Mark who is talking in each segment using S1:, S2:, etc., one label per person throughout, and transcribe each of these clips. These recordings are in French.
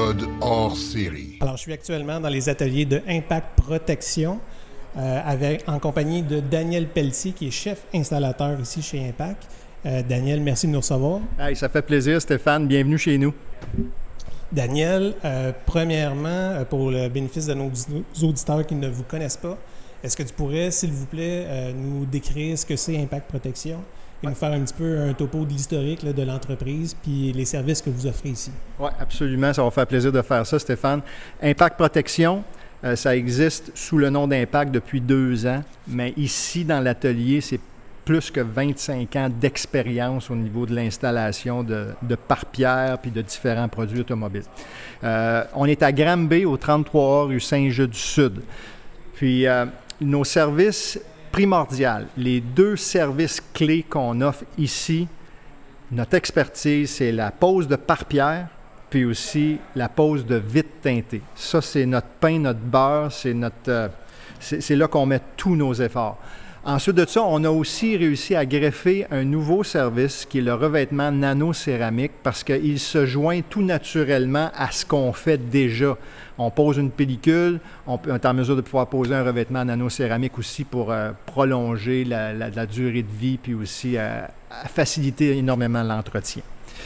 S1: épisode hors série.
S2: Alors, je suis actuellement dans les ateliers de Impact Protection en compagnie de Daniel Pelletier, qui est chef installateur ici chez Impact. Daniel, merci de nous recevoir.
S3: Hey, ça fait plaisir, Stéphane. Bienvenue chez nous.
S2: Daniel, premièrement, pour le bénéfice de nos auditeurs qui ne vous connaissent pas, est-ce que tu pourrais, s'il vous plaît, nous décrire ce que c'est Impact Protection et nous faire un petit peu un topo de l'historique de l'entreprise puis les services que vous offrez ici?
S3: Oui, absolument. Ça va faire plaisir de faire ça, Stéphane. Impact Protection, ça existe sous le nom d'Impact depuis 2 ans, mais ici, dans l'atelier, c'est plus que 25 ans d'expérience au niveau de l'installation de pare-pierres puis de différents produits automobiles. On est à Granby, au 33A rue Saint-Just-du-Sud. Puis, nos services primordiaux, les 2 services clés qu'on offre ici, notre expertise, c'est la pose de pare-pierres puis aussi la pose de vitres teintées. Ça, c'est notre pain, notre beurre, c'est là qu'on met tous nos efforts. Ensuite de ça, on a aussi réussi à greffer un nouveau service qui est le revêtement nano-céramique parce qu'il se joint tout naturellement à ce qu'on fait déjà. On pose une pellicule, on est en mesure de pouvoir poser un revêtement nano-céramique aussi pour prolonger la durée de vie puis aussi faciliter énormément l'entretien.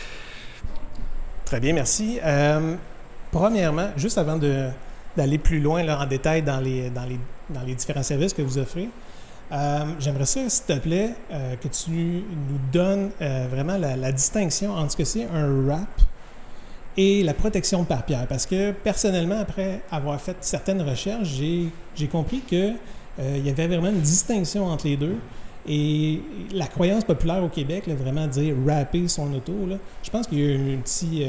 S2: Très bien, merci. Premièrement, juste avant d'aller plus loin là, en détail dans les différents services que vous offrez, j'aimerais ça, s'il te plaît, que tu nous donnes vraiment la distinction entre ce que c'est un wrap et la protection de pare-pierre. Parce que, personnellement, après avoir fait certaines recherches, j'ai compris qu'il y avait vraiment une distinction entre les deux. Et la croyance populaire au Québec, là, vraiment dire « wrapper son auto », là, je pense qu'il y a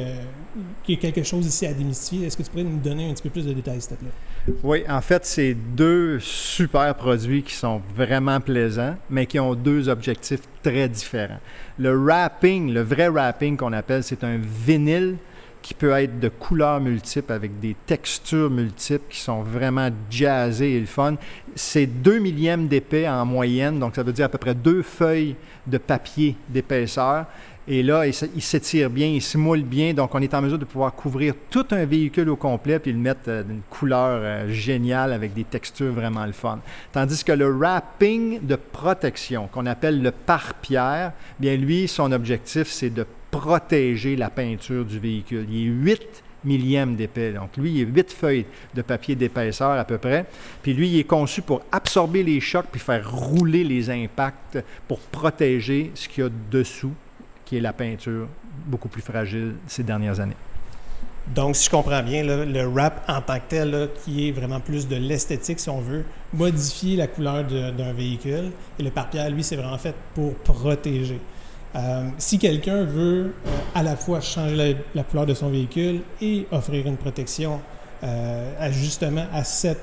S2: qu'il y a quelque chose ici à démystifier. Est-ce que tu pourrais nous donner un petit peu plus de détails, s'il te plaît?
S3: Oui, en fait, c'est 2 super produits qui sont vraiment plaisants, mais qui ont 2 objectifs très différents. Le wrapping, le vrai wrapping qu'on appelle, c'est un vinyle qui peut être de couleurs multiples avec des textures multiples qui sont vraiment jazzées et le fun. C'est 2 millièmes d'épais en moyenne, donc ça veut dire à peu près 2 feuilles de papier d'épaisseur. Et là, il s'étire bien, il se moule bien, donc on est en mesure de pouvoir couvrir tout un véhicule au complet puis le mettre d'une couleur géniale avec des textures vraiment le fun. Tandis que le wrapping de protection, qu'on appelle le pare-pierre, bien lui, son objectif, c'est de protéger la peinture du véhicule. Il est 8 millièmes d'épais. Donc, lui, il est 8 feuilles de papier d'épaisseur à peu près. Puis lui, il est conçu pour absorber les chocs puis faire rouler les impacts pour protéger ce qu'il y a dessous, qui est la peinture beaucoup plus fragile ces dernières années.
S2: Donc, si je comprends bien, là, le wrap en tant que tel, là, qui est vraiment plus de l'esthétique, si on veut, modifier la couleur d'un véhicule. Et le pare-pierre, lui, c'est vraiment fait pour protéger. Si quelqu'un veut à la fois changer la couleur de son véhicule et offrir une protection justement à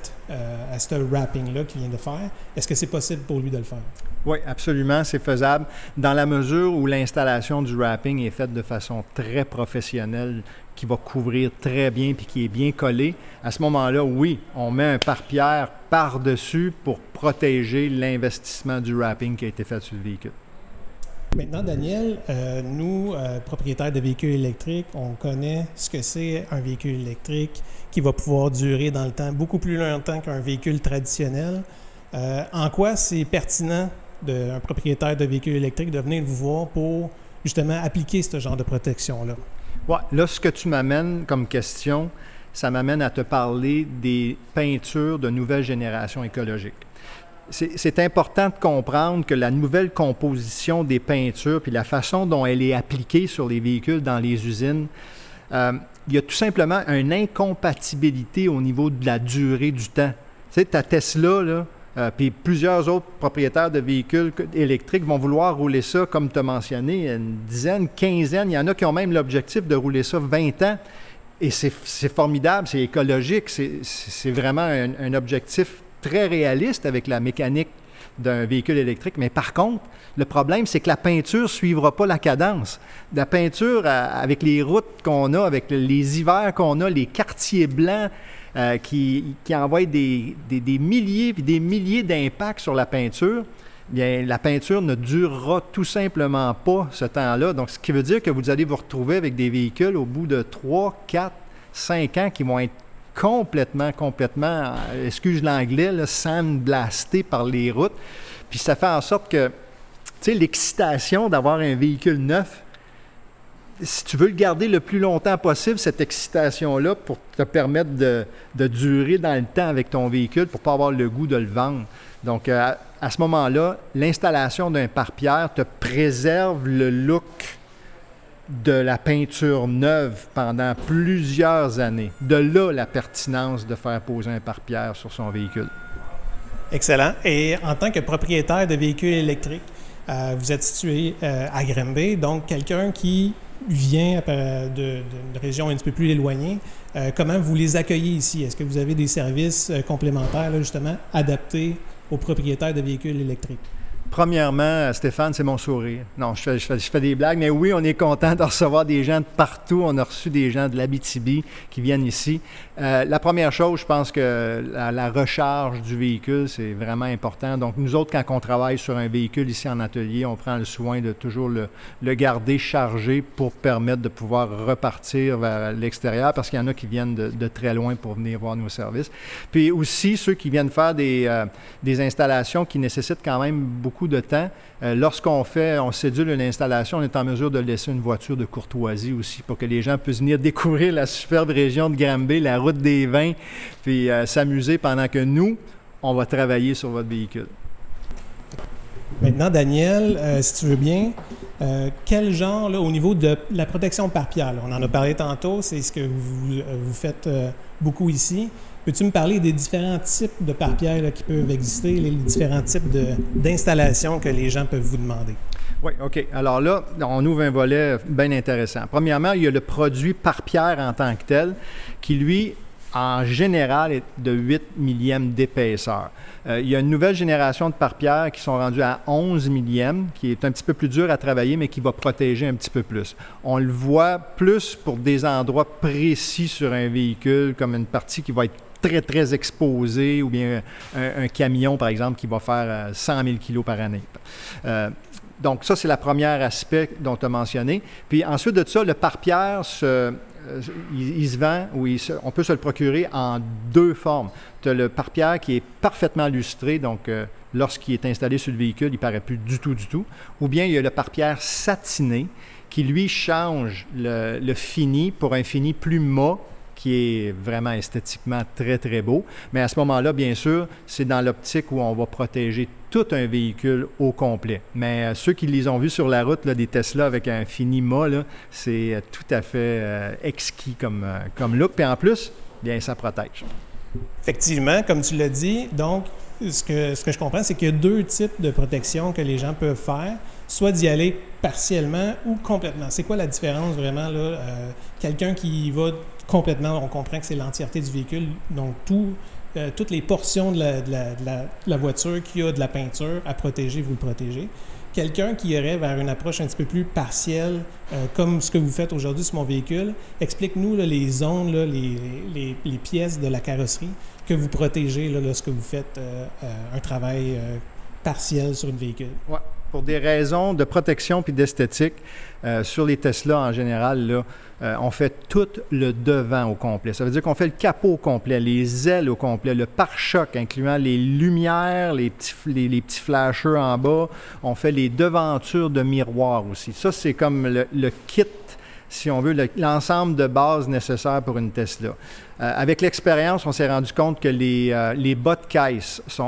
S2: ce wrapping-là qu'il vient de faire, est-ce que c'est possible pour lui de le faire?
S3: Oui, absolument, c'est faisable dans la mesure où l'installation du wrapping est faite de façon très professionnelle, qui va couvrir très bien puis qui est bien collé. À ce moment-là, oui, on met un pare-pierre par-dessus pour protéger l'investissement du wrapping qui a été fait sur le véhicule.
S2: Maintenant, Daniel, nous, propriétaires de véhicules électriques, on connaît ce que c'est un véhicule électrique qui va pouvoir durer dans le temps beaucoup plus longtemps qu'un véhicule traditionnel. En quoi c'est pertinent d'un propriétaire de véhicule électrique de venir vous voir pour justement appliquer ce genre de protection-là?
S3: Oui, là, ce que tu m'amènes comme question, ça m'amène à te parler des peintures de nouvelle génération écologique. C'est important de comprendre que la nouvelle composition des peintures puis la façon dont elle est appliquée sur les véhicules dans les usines, il y a tout simplement une incompatibilité au niveau de la durée du temps. Tu sais, ta Tesla, là, puis plusieurs autres propriétaires de véhicules électriques vont vouloir rouler ça, comme tu as mentionné, une dizaine, quinzaine. Il y en a qui ont même l'objectif de rouler ça 20 ans. Et c'est formidable, c'est écologique, c'est vraiment un objectif très réaliste avec la mécanique d'un véhicule électrique. Mais par contre, le problème, c'est que la peinture ne suivra pas la cadence. La peinture, avec les routes qu'on a, avec les hivers qu'on a, les quartiers blancs qui envoient des milliers et des milliers d'impacts sur la peinture, bien, la peinture ne durera tout simplement pas ce temps-là. Donc, ce qui veut dire que vous allez vous retrouver avec des véhicules au bout de 3, 4, 5 ans qui vont être complètement, excuse l'anglais, là, sandblastés par les routes. Puis ça fait en sorte que, tu sais, l'excitation d'avoir un véhicule neuf, si tu veux le garder le plus longtemps possible, cette excitation-là, pour te permettre de durer dans le temps avec ton véhicule, pour ne pas avoir le goût de le vendre. Donc, à ce moment-là, l'installation d'un pare-pierre te préserve le look de la peinture neuve pendant plusieurs années. De là, la pertinence de faire poser un pare-pierre sur son véhicule.
S2: Excellent. Et en tant que propriétaire de véhicules électriques, vous êtes situé à Granby, donc quelqu'un qui vient d'une région un petit peu plus éloignée, comment vous les accueillez ici? Est-ce que vous avez des services complémentaires, là, justement, adaptés aux propriétaires de véhicules électriques?
S3: Premièrement, Stéphane, c'est mon sourire. Non, je fais des blagues, mais oui, on est content de recevoir des gens de partout. On a reçu des gens de l'Abitibi qui viennent ici. La première chose, je pense que la recharge du véhicule, c'est vraiment important. Donc, nous autres, quand on travaille sur un véhicule ici en atelier, on prend le soin de toujours le garder chargé pour permettre de pouvoir repartir vers l'extérieur, parce qu'il y en a qui viennent de très loin pour venir voir nos services. Puis aussi, ceux qui viennent faire des installations qui nécessitent quand même beaucoup de temps. Lorsqu'on cédule une installation, on est en mesure de laisser une voiture de courtoisie aussi pour que les gens puissent venir découvrir la superbe région de Granby, la route des vins, puis s'amuser pendant que nous, on va travailler sur votre véhicule.
S2: Maintenant, Daniel, si tu veux bien, quel genre, là, au niveau de la protection par pierre, là, on en a parlé tantôt, c'est ce que vous faites beaucoup ici. Peux-tu me parler des différents types de pare-pierres qui peuvent exister, les différents types d'installations que les gens peuvent vous demander?
S3: Oui, OK. Alors là, on ouvre un volet bien intéressant. Premièrement, il y a le produit pare-pierre en tant que tel, qui, lui, en général, est de 8 millièmes d'épaisseur. Il y a une nouvelle génération de pare-pierre qui sont rendus à 11 millièmes, qui est un petit peu plus dur à travailler, mais qui va protéger un petit peu plus. On le voit plus pour des endroits précis sur un véhicule, comme une partie qui va être très, très exposée, ou bien un camion, par exemple, qui va faire 100 000 kilos par année. Donc, ça, c'est le premier aspect dont tu as mentionné. Puis ensuite de ça, le pare-pierre, il se vend, ou on peut se le procurer en deux formes. Tu as le pare-pierre qui est parfaitement lustré, donc lorsqu'il est installé sur le véhicule, il ne paraît plus du tout. Ou bien il y a le pare-pierre satiné qui, lui, change le fini pour un fini plus mat, qui est vraiment esthétiquement très, très beau. Mais à ce moment-là, bien sûr, c'est dans l'optique où on va protéger tout un véhicule au complet. Mais ceux qui les ont vus sur la route, là, des Tesla avec un fini mat, là, c'est tout à fait exquis comme look. Puis en plus, bien, ça protège.
S2: Effectivement, comme tu l'as dit, donc, ce que je comprends, c'est qu'il y a deux types de protection que les gens peuvent faire, soit d'y aller partiellement ou complètement. C'est quoi la différence vraiment, là? Quelqu'un qui va complètement, on comprend que c'est l'entièreté du véhicule, donc toutes les portions de la voiture qui a de la peinture à protéger, vous le protégez. Quelqu'un qui irait vers une approche un petit peu plus partielle, comme ce que vous faites aujourd'hui sur mon véhicule, explique-nous là, les zones, là, les pièces de la carrosserie que vous protégez là, lorsque vous faites un travail partiel sur un véhicule.
S3: Ouais. Pour des raisons de protection puis d'esthétique, sur les Tesla en général, là, on fait tout le devant au complet. Ça veut dire qu'on fait le capot au complet, les ailes au complet, le pare-choc, incluant les lumières, les petits flashers en bas. On fait les devantures de miroirs aussi. Ça, c'est comme le kit, si on veut, l'ensemble de base nécessaire pour une Tesla. Avec l'expérience, on s'est rendu compte que les bas de caisse sont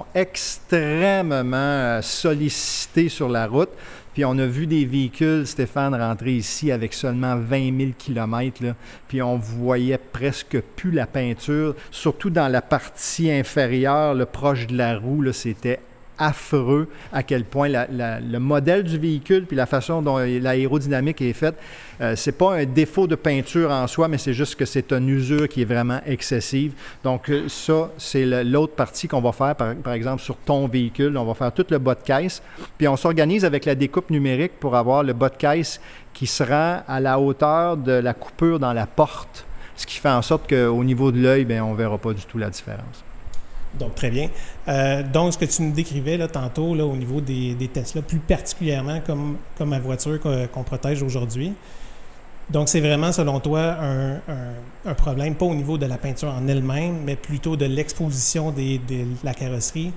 S3: extrêmement sollicités sur la route. Puis on a vu des véhicules, Stéphane, rentrer ici avec seulement 20 000 km, là, puis on voyait presque plus la peinture, surtout dans la partie inférieure, là, proche de la roue, là, c'était affreux à quel point le modèle du véhicule puis la façon dont l'aérodynamique est faite, c'est pas un défaut de peinture en soi, mais c'est juste que c'est une usure qui est vraiment excessive. Donc ça, c'est l'autre partie qu'on va faire, par exemple, sur ton véhicule. On va faire tout le bas de caisse, puis on s'organise avec la découpe numérique pour avoir le bas de caisse qui se rend à la hauteur de la coupure dans la porte, ce qui fait en sorte qu'au niveau de l'œil, bien, on ne verra pas du tout la différence.
S2: Donc, très bien. Donc, ce que tu nous décrivais là, tantôt là, au niveau des Tesla, plus particulièrement comme ma voiture qu'on protège aujourd'hui, Donc, c'est vraiment, selon toi, un problème, pas au niveau de la peinture en elle-même, mais plutôt de l'exposition de la carrosserie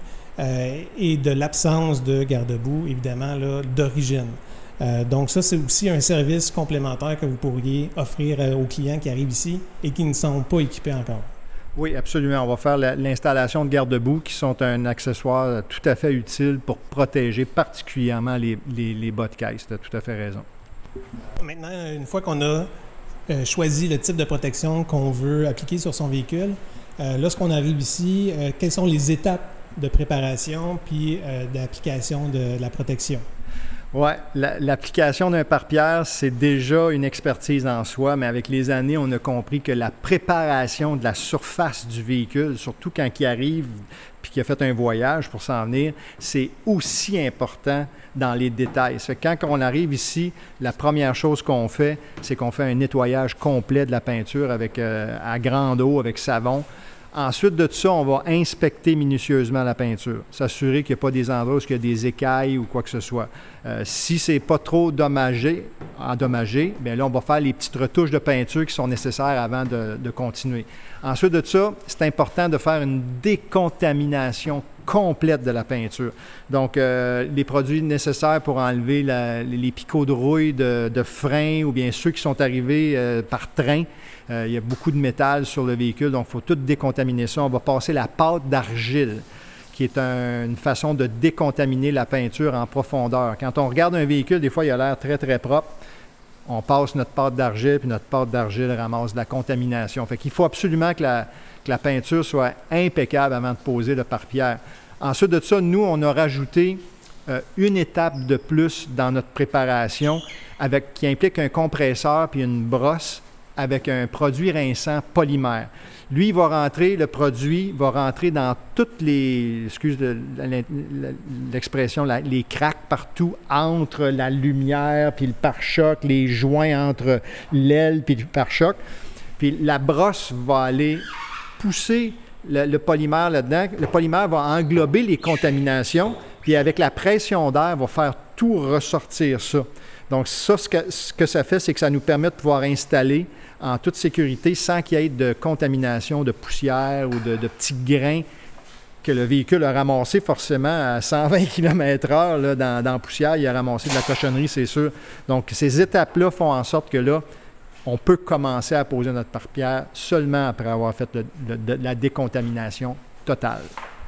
S2: et de l'absence de garde-boue, évidemment, là, d'origine. Donc, ça, c'est aussi un service complémentaire que vous pourriez offrir aux clients qui arrivent ici et qui ne sont pas équipés encore.
S3: Oui, absolument. On va faire l'installation de garde-boue qui sont un accessoire tout à fait utile pour protéger particulièrement les bas de caisse. Tu as tout à fait raison.
S2: Maintenant, une fois qu'on a choisi le type de protection qu'on veut appliquer sur son véhicule, lorsqu'on arrive ici, quelles sont les étapes de préparation puis d'application de la protection?
S3: Oui, l'application d'un pare-pierre, c'est déjà une expertise en soi, mais avec les années, on a compris que la préparation de la surface du véhicule, surtout quand il arrive puis qu'il a fait un voyage pour s'en venir, c'est aussi important dans les détails. Ça fait que quand on arrive ici, la première chose qu'on fait, c'est qu'on fait un nettoyage complet de la peinture à grande eau, avec savon. Ensuite de ça, on va inspecter minutieusement la peinture, s'assurer qu'il n'y a pas des endroits où il y a des écailles ou quoi que ce soit. Si ce n'est pas trop endommagé, bien là, on va faire les petites retouches de peinture qui sont nécessaires avant de continuer. Ensuite de ça, c'est important de faire une décontamination complète de la peinture. Donc, les produits nécessaires pour enlever les picots de rouille de frein ou bien ceux qui sont arrivés par train. Il y a beaucoup de métal sur le véhicule, donc il faut tout décontaminer ça. On va passer la pâte d'argile, qui est une façon de décontaminer la peinture en profondeur. Quand on regarde un véhicule, des fois, il a l'air très, très propre. On passe notre pâte d'argile, puis notre pâte d'argile ramasse de la contamination. Fait qu'il faut absolument que la peinture soit impeccable avant de poser le pare-pierre. Ensuite de ça, nous, on a rajouté une étape de plus dans notre préparation qui implique un compresseur puis une brosse avec un produit rinçant polymère. Lui, le produit va rentrer dans toutes les, l'expression, les craques partout entre la lumière puis le pare-choc, les joints entre l'aile puis le pare-choc. Puis la brosse va aller pousser le polymère là-dedans. Le polymère va englober les contaminations, puis avec la pression d'air, va faire tout ressortir ça. Donc ça, ce que ça fait, c'est que ça nous permet de pouvoir installer en toute sécurité sans qu'il y ait de contamination, de poussière ou de petits grains que le véhicule a ramassé forcément à 120 km/h là, dans la poussière. Il a ramassé de la cochonnerie, c'est sûr. Donc ces étapes-là font en sorte que là, on peut commencer à poser notre pare-pierre seulement après avoir fait la décontamination totale.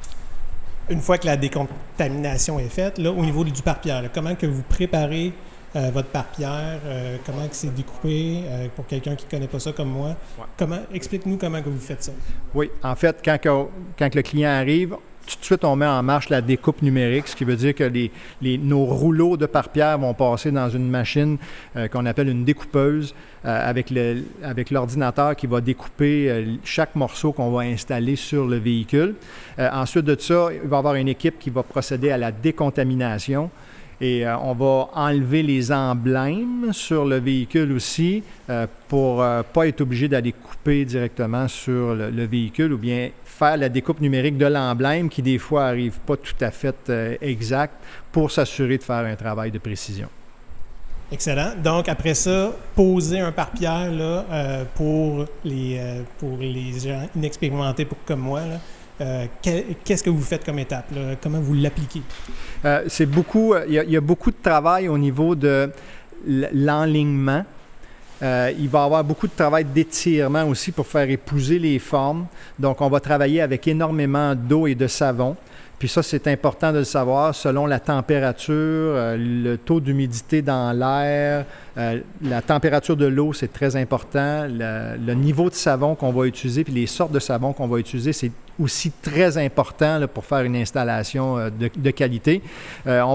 S2: Une fois que la décontamination est faite, là, au niveau du pare-pierre, là, comment que vous préparez votre pare-pierre, comment que c'est découpé, pour quelqu'un qui ne connaît pas ça comme moi. Ouais. Explique-nous comment que vous faites ça.
S3: Oui, en fait, quand le client arrive, tout de suite, on met en marche la découpe numérique, ce qui veut dire que nos rouleaux de pare-pierre vont passer dans une machine qu'on appelle une découpeuse avec l'ordinateur qui va découper chaque morceau qu'on va installer sur le véhicule. Ensuite de ça, il va y avoir une équipe qui va procéder à la décontamination. Et on va enlever les emblèmes sur le véhicule aussi pour ne pas être obligé d'aller couper directement sur le véhicule ou bien faire la découpe numérique de l'emblème qui, des fois, n'arrive pas tout à fait exact pour s'assurer de faire un travail de précision.
S2: Excellent. Donc, après ça, poser un pare-pierre là, pour les gens inexpérimentés comme moi, là. Qu'est-ce que vous faites comme étape, là? Comment vous l'appliquez?
S3: C'est beaucoup. Il y a beaucoup de travail au niveau de l'enlignement. Il va y avoir beaucoup de travail d'étirement aussi pour faire épouser les formes. Donc, on va travailler avec énormément d'eau et de savon. Puis ça, c'est important de le savoir selon la température, le taux d'humidité dans l'air, la température de l'eau, c'est très important. Le niveau de savon qu'on va utiliser, puis les sortes de savon qu'on va utiliser, c'est aussi très important là, pour faire une installation de qualité. On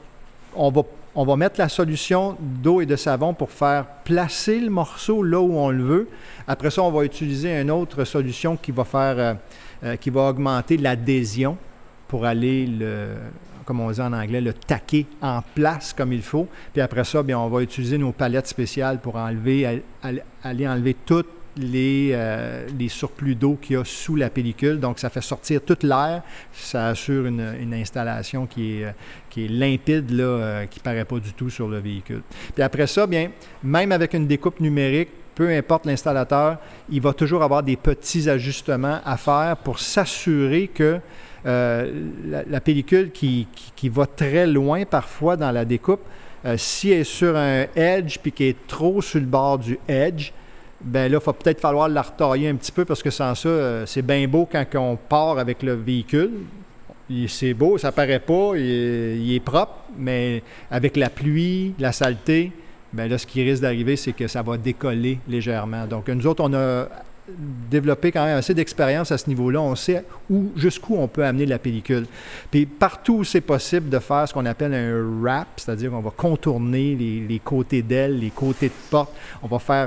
S3: va mettre la solution d'eau et de savon pour faire placer le morceau là où on le veut. Après ça, on va utiliser une autre solution qui va augmenter l'adhésion pour aller, comme on dit en anglais, le taquer en place comme il faut. Puis après ça, bien, on va utiliser nos palettes spéciales pour aller enlever les surplus d'eau qu'il y a sous la pellicule. Donc, ça fait sortir tout l'air. Ça assure une installation qui est limpide, là, qui ne paraît pas du tout sur le véhicule. Puis après ça, bien, même avec une découpe numérique, peu importe l'installateur, il va toujours avoir des petits ajustements à faire pour s'assurer que la pellicule qui va très loin parfois dans la découpe, si elle est sur un edge puis qu'elle est trop sur le bord du edge, bien là, il va peut-être falloir la retailler un petit peu parce que sans ça, c'est bien beau quand on part avec le véhicule. C'est beau, ça paraît pas, il est propre, mais avec la pluie, la saleté, bien là, ce qui risque d'arriver, c'est que ça va décoller légèrement. Donc, nous autres, on a développé quand même assez d'expérience à ce niveau-là. On sait jusqu'où on peut amener la pellicule. Puis partout où c'est possible de faire ce qu'on appelle un wrap, c'est-à-dire qu'on va contourner les côtés d'ailes, les côtés de porte. On va faire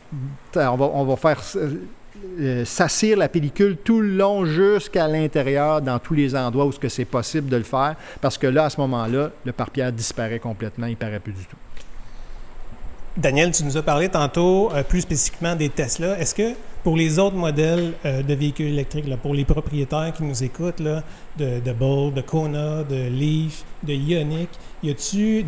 S3: s'assire la pellicule tout le long jusqu'à l'intérieur dans tous les endroits où c'est possible de le faire parce que là, à ce moment-là, le pare-pierre disparaît complètement, il ne paraît plus du tout.
S2: Daniel, tu nous as parlé tantôt plus spécifiquement des Tesla. Est-ce que pour les autres modèles de véhicules électriques, là, pour les propriétaires qui nous écoutent, là, de Bolt, de Kona, de Leaf, de Ioniq, y a-tu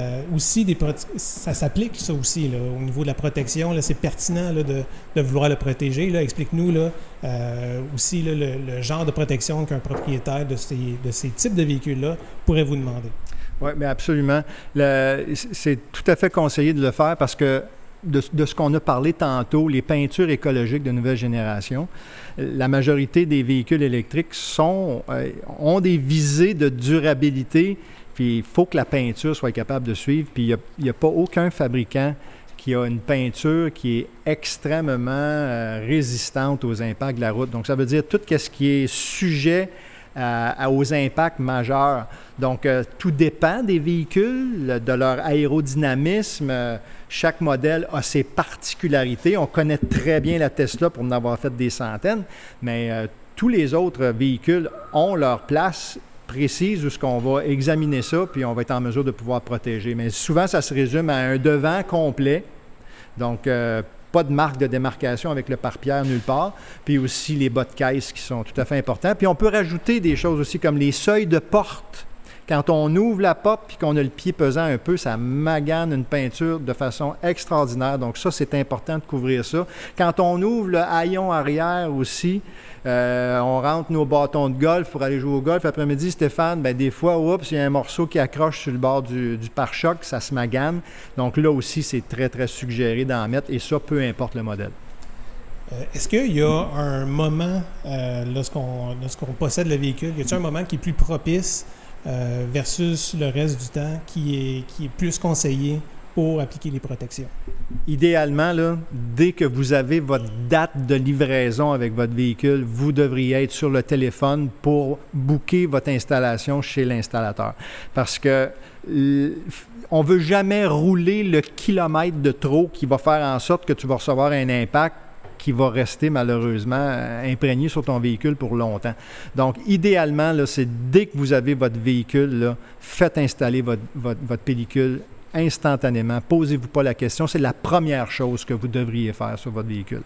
S2: ça s'applique ça aussi là, au niveau de la protection? Là, c'est pertinent là, de vouloir le protéger. Là. Explique-nous là, aussi là, le genre de protection qu'un propriétaire de ces types de véhicules-là pourrait vous demander.
S3: Oui, mais absolument. C'est tout à fait conseillé de le faire parce que de ce qu'on a parlé tantôt, les peintures écologiques de nouvelle génération, la majorité des véhicules électriques ont des visées de durabilité, puis il faut que la peinture soit capable de suivre, puis il n'y a pas aucun fabricant qui a une peinture qui est extrêmement résistante aux impacts de la route. Donc, ça veut dire tout ce qui est sujet aux impacts majeurs. Donc, tout dépend des véhicules, de leur aérodynamisme. Chaque modèle a ses particularités. On connaît très bien la Tesla pour en avoir fait des centaines, mais tous les autres véhicules ont leur place précise où ce qu'on va examiner ça, puis on va être en mesure de pouvoir protéger. Mais souvent, ça se résume à un devant complet. Donc, pas de marque de démarcation avec le pare-pierre nulle part, puis aussi les bas de caisse qui sont tout à fait importants. Puis on peut rajouter des choses aussi comme les seuils de porte. Quand on ouvre la porte puis qu'on a le pied pesant un peu, ça magane une peinture de façon extraordinaire. Donc ça, c'est important de couvrir ça. Quand on ouvre le haillon arrière aussi, on rentre nos bâtons de golf pour aller jouer au golf. Après-midi, Stéphane, bien, des fois, oups, il y a un morceau qui accroche sur le bord du pare-choc, ça se magane. Donc là aussi, c'est très, très suggéré d'en mettre, et ça, peu importe le modèle.
S2: Est-ce qu'il y a un moment, lorsqu'on possède le véhicule, y a-t-il un moment qui est plus propice versus le reste du temps qui est plus conseillé pour appliquer les protections?
S3: Idéalement, là, dès que vous avez votre date de livraison avec votre véhicule, vous devriez être sur le téléphone pour booker votre installation chez l'installateur. Parce que on ne veut jamais rouler le kilomètre de trop qui va faire en sorte que tu vas recevoir un impact qui va rester malheureusement imprégné sur ton véhicule pour longtemps. Donc, idéalement, là, c'est dès que vous avez votre véhicule, là, faites installer votre pellicule instantanément. Posez-vous pas la question. C'est la première chose que vous devriez faire sur votre véhicule.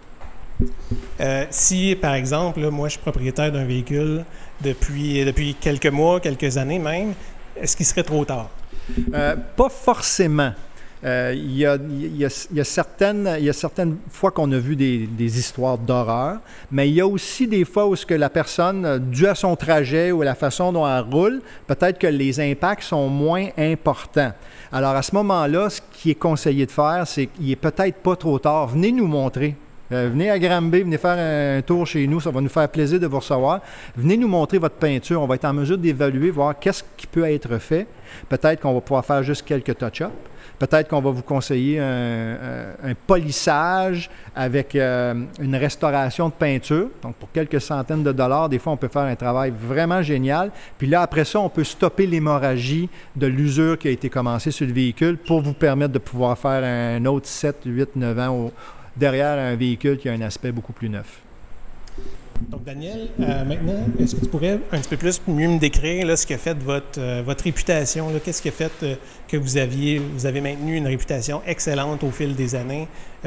S2: Si, par exemple, là, moi, je suis propriétaire d'un véhicule depuis quelques mois, quelques années même, est-ce qu'il serait trop tard?
S3: Pas forcément. Il y a certaines fois qu'on a vu des histoires d'horreur, mais il y a aussi des fois où la personne, dû à son trajet ou à la façon dont elle roule, peut-être que les impacts sont moins importants. Alors à ce moment-là, ce qui est conseillé de faire, c'est qu'il n'est peut-être pas trop tard. Venez nous montrer. Venez à Granby, venez faire un tour chez nous, ça va nous faire plaisir de vous recevoir. Venez nous montrer votre peinture, on va être en mesure d'évaluer, voir qu'est-ce qui peut être fait. Peut-être qu'on va pouvoir faire juste quelques touch-ups. Peut-être qu'on va vous conseiller un polissage avec une restauration de peinture. Donc, pour quelques centaines de dollars, des fois, on peut faire un travail vraiment génial. Puis là, après ça, on peut stopper l'hémorragie de l'usure qui a été commencée sur le véhicule pour vous permettre de pouvoir faire un autre 7, 8, 9 ans derrière un véhicule qui a un aspect beaucoup plus neuf.
S2: Donc, Daniel, maintenant, est-ce que tu pourrais un petit peu plus mieux me décrire là, ce qui a fait votre réputation? Là? Qu'est-ce qui a fait que vous avez maintenu une réputation excellente au fil des années?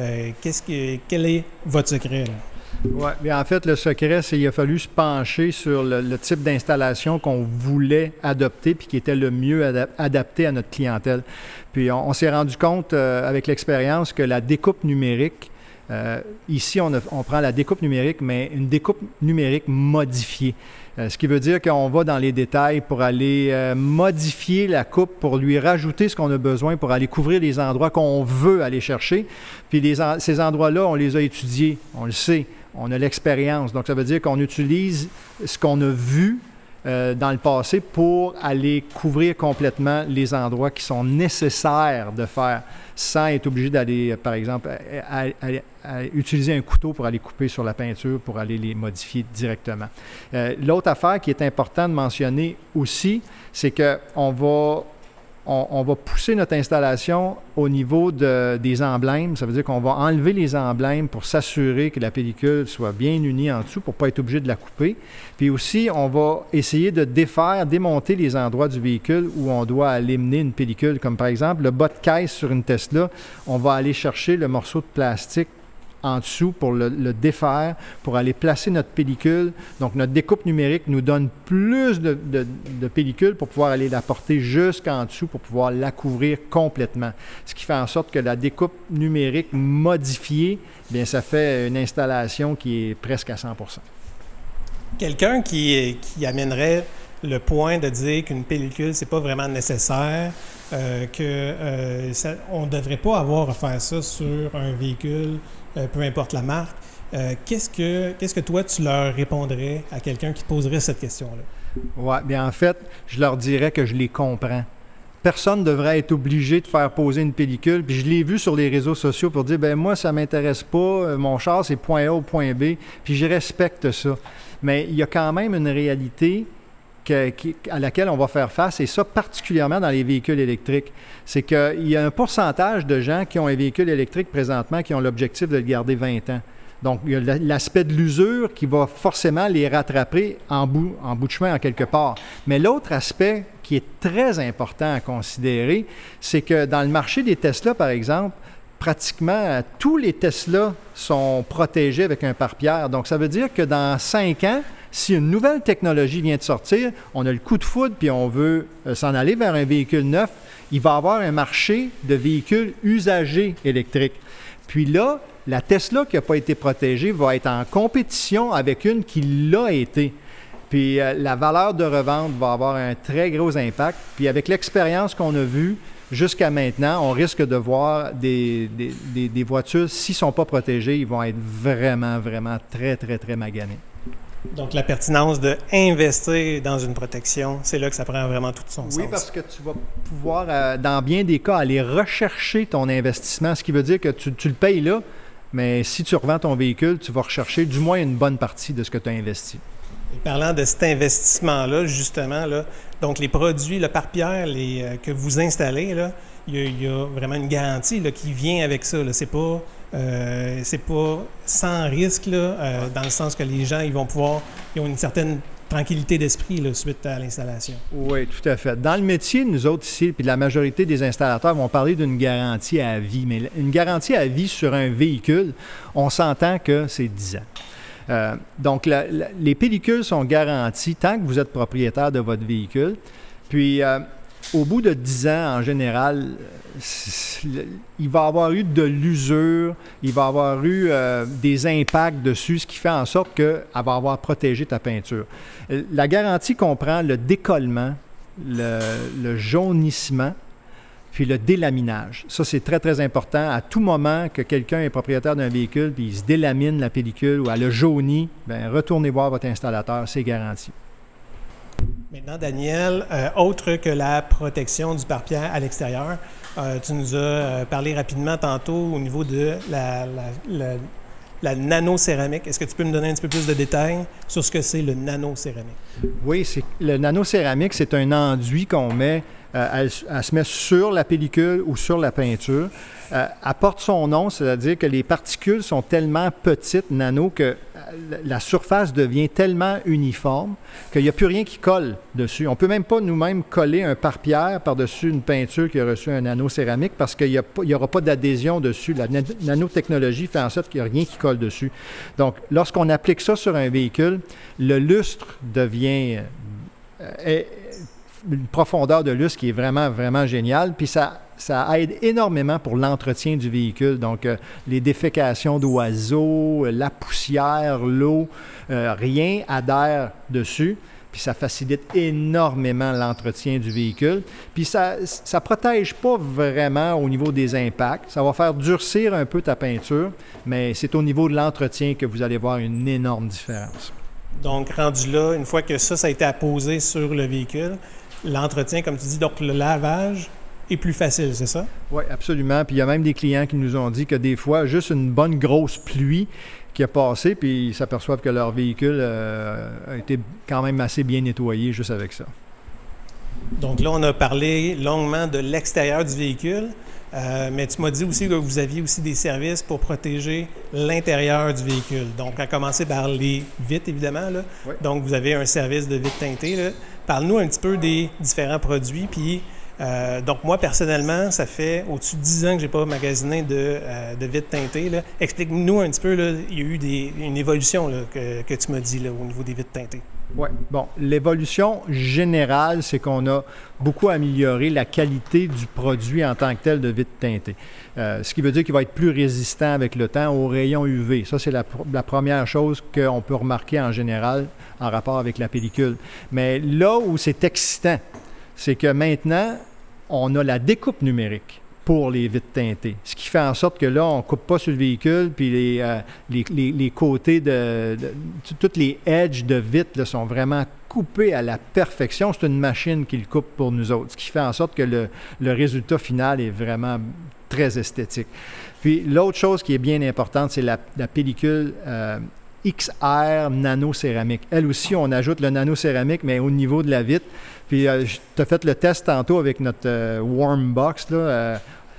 S2: Quel est votre secret? Là?
S3: Oui, bien en fait, le secret, c'est qu'il a fallu se pencher sur le type d'installation qu'on voulait adopter puis qui était le mieux adapté à notre clientèle. Puis on s'est rendu compte avec l'expérience que la découpe numérique, ici, on prend la découpe numérique, mais une découpe numérique modifiée. Ce qui veut dire qu'on va dans les détails pour aller modifier la coupe, pour lui rajouter ce qu'on a besoin, pour aller couvrir les endroits qu'on veut aller chercher. Puis ces endroits-là, on les a étudiés, on le sait, on a l'expérience. Donc, ça veut dire qu'on utilise ce qu'on a vu dans le passé pour aller couvrir complètement les endroits qui sont nécessaires de faire sans être obligé d'aller, par exemple, à utiliser un couteau pour aller couper sur la peinture, pour aller les modifier directement. L'autre affaire qui est importante de mentionner aussi, c'est qu'on va pousser notre installation au niveau des emblèmes. Ça veut dire qu'on va enlever les emblèmes pour s'assurer que la pellicule soit bien unie en dessous pour ne pas être obligé de la couper. Puis aussi, on va essayer de démonter les endroits du véhicule où on doit aller mener une pellicule. Comme par exemple, le bas de caisse sur une Tesla, on va aller chercher le morceau de plastique en dessous pour le défaire, pour aller placer notre pellicule. Donc, notre découpe numérique nous donne plus de pellicule pour pouvoir aller la porter jusqu'en dessous pour pouvoir la couvrir complètement. Ce qui fait en sorte que la découpe numérique modifiée, bien, ça fait une installation qui est presque à 100%.
S2: Quelqu'un qui amènerait le point de dire qu'une pellicule, c'est pas vraiment nécessaire, on ne devrait pas avoir à faire ça sur un véhicule, peu importe la marque. Qu'est-ce que toi, tu leur répondrais à quelqu'un qui te poserait cette question-là?
S3: Oui, bien en fait, je leur dirais que je les comprends. Personne ne devrait être obligé de faire poser une pellicule. Puis je l'ai vu sur les réseaux sociaux pour dire, bien moi, ça ne m'intéresse pas. Mon char, c'est point A au point B. Puis je respecte ça. Mais il y a quand même une réalité à laquelle on va faire face, et ça particulièrement dans les véhicules électriques. C'est qu'il y a un pourcentage de gens qui ont un véhicule électrique présentement qui ont l'objectif de le garder 20 ans. Donc, il y a l'aspect de l'usure qui va forcément les rattraper en bout de chemin en quelque part. Mais l'autre aspect qui est très important à considérer, c'est que dans le marché des Tesla, par exemple, pratiquement tous les Tesla sont protégés avec un pare-pierre. Donc, ça veut dire que dans 5 ans, si une nouvelle technologie vient de sortir, on a le coup de foudre puis on veut s'en aller vers un véhicule neuf, il va y avoir un marché de véhicules usagés électriques. Puis là, la Tesla qui n'a pas été protégée va être en compétition avec une qui l'a été. Puis la valeur de revente va avoir un très gros impact. Puis avec l'expérience qu'on a vue jusqu'à maintenant, on risque de voir des voitures, s'ils ne sont pas protégés, ils vont être vraiment, vraiment très, très, très maganés.
S2: Donc, la pertinence d'investir dans une protection, c'est là que ça prend vraiment tout son sens.
S3: Oui, parce que tu vas pouvoir, dans bien des cas, aller rechercher ton investissement, ce qui veut dire que tu le payes là, mais si tu revends ton véhicule, tu vas rechercher du moins une bonne partie de ce que tu as investi.
S2: Et parlant de cet investissement-là, justement, là, donc les produits, le pare-pierre que vous installez, là, il y a vraiment une garantie là, qui vient avec ça. Là. C'est pas sans risque, là, dans le sens que les gens ils ont une certaine tranquillité d'esprit là, suite à l'installation.
S3: Oui, tout à fait. Dans le métier, nous autres ici, puis la majorité des installateurs vont parler d'une garantie à vie. Mais une garantie à vie sur un véhicule, on s'entend que c'est 10 ans. Donc, les pellicules sont garanties tant que vous êtes propriétaire de votre véhicule. Puis, au bout de 10 ans, en général, il va y avoir eu de l'usure, il va y avoir eu des impacts dessus, ce qui fait en sorte qu'elle va avoir protégé ta peinture. La garantie comprend le décollement, le jaunissement, puis le délaminage. Ça, c'est très, très important. À tout moment que quelqu'un est propriétaire d'un véhicule puis il se délamine la pellicule ou elle a jauni, bien, retournez voir votre installateur, c'est garanti.
S2: Maintenant, Daniel, autre que la protection du pare-pierre à l'extérieur, tu nous as parlé rapidement tantôt au niveau de la nanocéramique. Est-ce que tu peux me donner un petit peu plus de détails sur ce que c'est le nanocéramique?
S3: Oui, le nanocéramique, c'est un enduit qu'on met, elle se met sur la pellicule ou sur la peinture. Elle porte son nom, c'est-à-dire que les particules sont tellement petites, nano, que la surface devient tellement uniforme qu'il n'y a plus rien qui colle dessus. On ne peut même pas nous-mêmes coller un pare-pierre par-dessus une peinture qui a reçu un anneau céramique parce qu'il n'y aura pas d'adhésion dessus. La nanotechnologie fait en sorte qu'il n'y a rien qui colle dessus. Donc, lorsqu'on applique ça sur un véhicule, le lustre devient une profondeur de lustre qui est vraiment, vraiment géniale. Puis ça aide énormément pour l'entretien du véhicule. Donc, les défécations d'oiseaux, la poussière, l'eau, rien adhère dessus. Puis ça facilite énormément l'entretien du véhicule. Puis ça ne protège pas vraiment au niveau des impacts. Ça va faire durcir un peu ta peinture, mais c'est au niveau de l'entretien que vous allez voir une énorme différence.
S2: Donc, rendu là, une fois que ça a été apposé sur le véhicule, l'entretien, comme tu dis, donc le lavage est plus facile, c'est ça?
S3: Oui, absolument. Puis il y a même des clients qui nous ont dit que des fois, juste une bonne grosse pluie qui a passé, puis ils s'aperçoivent que leur véhicule a été quand même assez bien nettoyé juste avec ça.
S2: Donc là, on a parlé longuement de l'extérieur du véhicule, mais tu m'as dit aussi que vous aviez aussi des services pour protéger l'intérieur du véhicule. Donc, à commencer par les vitres, évidemment. Là.
S3: Oui.
S2: Donc, vous avez un service de vitres teintées. Là. Parle-nous un petit peu des différents produits. Puis, donc, moi, personnellement, ça fait au-dessus de 10 ans que je n'ai pas magasiné de vitres teintées. Là. Explique-nous un petit peu, là, il y a eu une évolution là, que tu m'as dit là, au niveau des vitres teintées.
S3: Oui. Bon, l'évolution générale, c'est qu'on a beaucoup amélioré la qualité du produit en tant que tel de vitre teintée. Ce qui veut dire qu'il va être plus résistant avec le temps aux rayons UV. Ça, c'est la première chose qu'on peut remarquer en général en rapport avec la pellicule. Mais là où c'est excitant, c'est que maintenant, on a la découpe numérique pour les vitres teintées. Ce qui fait en sorte que là, on ne coupe pas sur le véhicule, puis les côtés toutes les edges de vitres là, sont vraiment coupés à la perfection. C'est une machine qui le coupe pour nous autres, ce qui fait en sorte que le résultat final est vraiment très esthétique. Puis l'autre chose qui est bien importante, c'est la pellicule XR nano-céramique. Elle aussi, on ajoute le nano-céramique, mais au niveau de la vitre. Puis, tu as fait le test tantôt avec notre Warm Box. Là,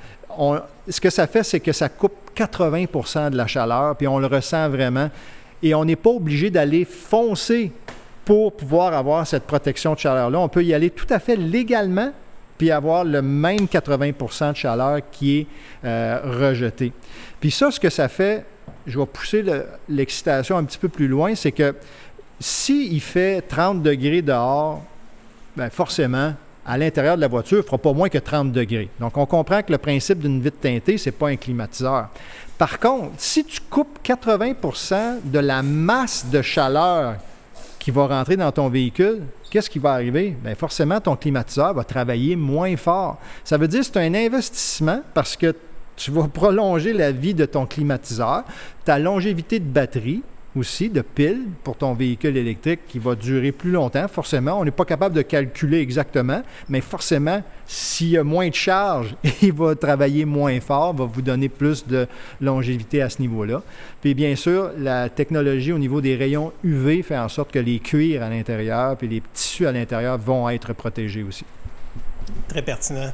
S3: ce que ça fait, c'est que ça coupe 80% de la chaleur, puis on le ressent vraiment. Et on n'est pas obligé d'aller foncer pour pouvoir avoir cette protection de chaleur-là. On peut y aller tout à fait légalement, puis avoir le même 80% de chaleur qui est rejeté. Puis ça, ce que ça fait, je vais pousser l'excitation un petit peu plus loin, c'est que s'il fait 30 degrés dehors, bien forcément, à l'intérieur de la voiture, il ne fera pas moins que 30 degrés. Donc, on comprend que le principe d'une vitre teintée, ce n'est pas un climatiseur. Par contre, si tu coupes 80% de la masse de chaleur qui va rentrer dans ton véhicule, qu'est-ce qui va arriver? Bien, forcément, ton climatiseur va travailler moins fort. Ça veut dire que c'est un investissement parce que tu vas prolonger la vie de ton climatiseur, ta longévité de batterie aussi, de pile pour ton véhicule électrique qui va durer plus longtemps. Forcément, on n'est pas capable de calculer exactement, mais forcément, s'il y a moins de charge, il va travailler moins fort, va vous donner plus de longévité à ce niveau-là. Puis bien sûr, la technologie au niveau des rayons UV fait en sorte que les cuirs à l'intérieur puis les tissus à l'intérieur vont être protégés aussi. Très
S2: pertinent.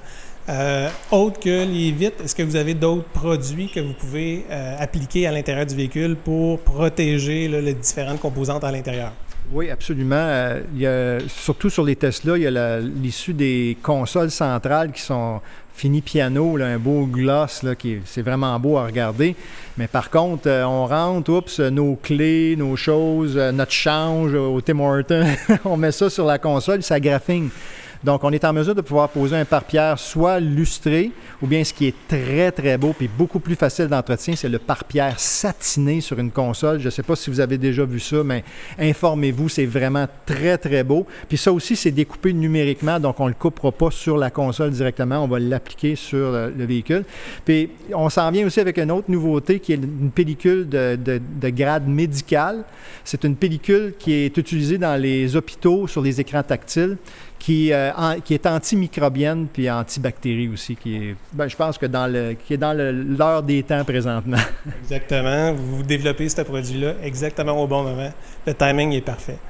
S2: Autre que les vitres, est-ce que vous avez d'autres produits que vous pouvez appliquer à l'intérieur du véhicule pour protéger là, les différentes composantes à l'intérieur?
S3: Oui, absolument. Surtout sur les Tesla, il y a l'issue des consoles centrales qui sont fini piano, là, un beau gloss, là, c'est vraiment beau à regarder. Mais par contre, on rentre, nos clés, nos choses, notre change au Tim Hortons, on met ça sur la console, ça graphine. Donc, on est en mesure de pouvoir poser un pare-pierre soit lustré, ou bien ce qui est très, très beau puis beaucoup plus facile d'entretien, c'est le pare-pierre satiné sur une console. Je ne sais pas si vous avez déjà vu ça, mais informez-vous, c'est vraiment très, très beau. Puis ça aussi, c'est découpé numériquement, donc on ne le coupera pas sur la console directement, on va l'appliquer sur le véhicule. Puis on s'en vient aussi avec une autre nouveauté qui est une pellicule de grade médical. C'est une pellicule qui est utilisée dans les hôpitaux sur les écrans tactiles, qui est antimicrobienne puis antibactérie aussi, je pense que qui est dans l'heure des temps présentement.
S2: Exactement. Vous développez ce produit-là exactement au bon moment. Le timing est parfait.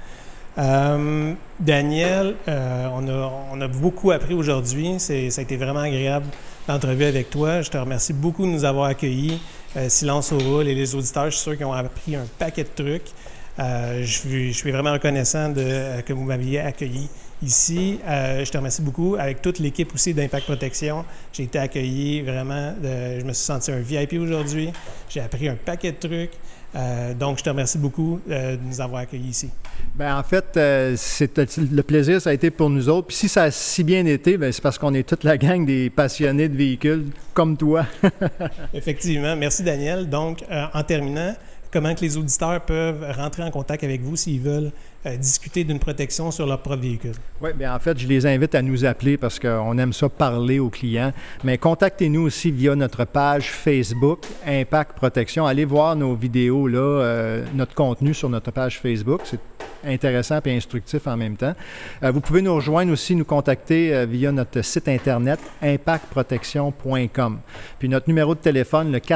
S2: Daniel, on a beaucoup appris aujourd'hui. Ça a été vraiment agréable l'entrevue avec toi. Je te remercie beaucoup de nous avoir accueillis. Silence au roule et les auditeurs, je suis sûr qu'ils ont appris un paquet de trucs. Je suis vraiment reconnaissant que vous m'aviez accueilli ici. Je te remercie beaucoup. Avec toute l'équipe aussi d'Impact Protection, j'ai été accueilli vraiment. Je me suis senti un VIP aujourd'hui. J'ai appris un paquet de trucs. Donc, je te remercie beaucoup de nous avoir accueillis ici.
S3: Bien, en fait, le plaisir, ça a été pour nous autres. Puis si ça a si bien été, bien, c'est parce qu'on est toute la gang des passionnés de véhicules comme toi.
S2: Effectivement. Merci, Daniel. Donc, en terminant, comment que les auditeurs peuvent rentrer en contact avec vous s'ils veulent discuter d'une protection sur leur propre véhicule?
S3: Oui, bien en fait, je les invite à nous appeler parce qu'on aime ça parler aux clients. Mais contactez-nous aussi via notre page Facebook, Impact Protection. Allez voir nos vidéos, là, notre contenu sur notre page Facebook. C'est intéressant et instructif en même temps. Vous pouvez nous rejoindre aussi, nous contacter via notre site Internet, impactprotection.com. Puis notre numéro de téléphone, le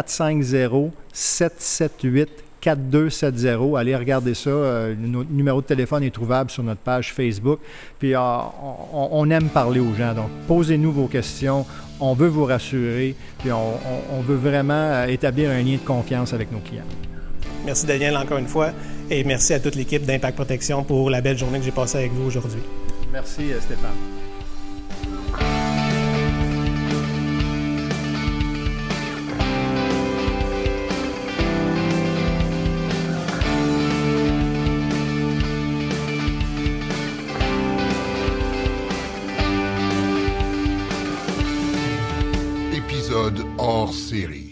S3: 450-778-4270. Allez regarder ça. Notre numéro de téléphone est trouvable sur notre page Facebook. Puis on aime parler aux gens. Donc, posez-nous vos questions. On veut vous rassurer. Puis on veut vraiment établir un lien de confiance avec nos clients.
S2: Merci, Daniel, encore une fois. Et merci à toute l'équipe d'Impact Protection pour la belle journée que j'ai passée avec vous aujourd'hui.
S3: Merci, Stéphane.
S1: Épisode hors série.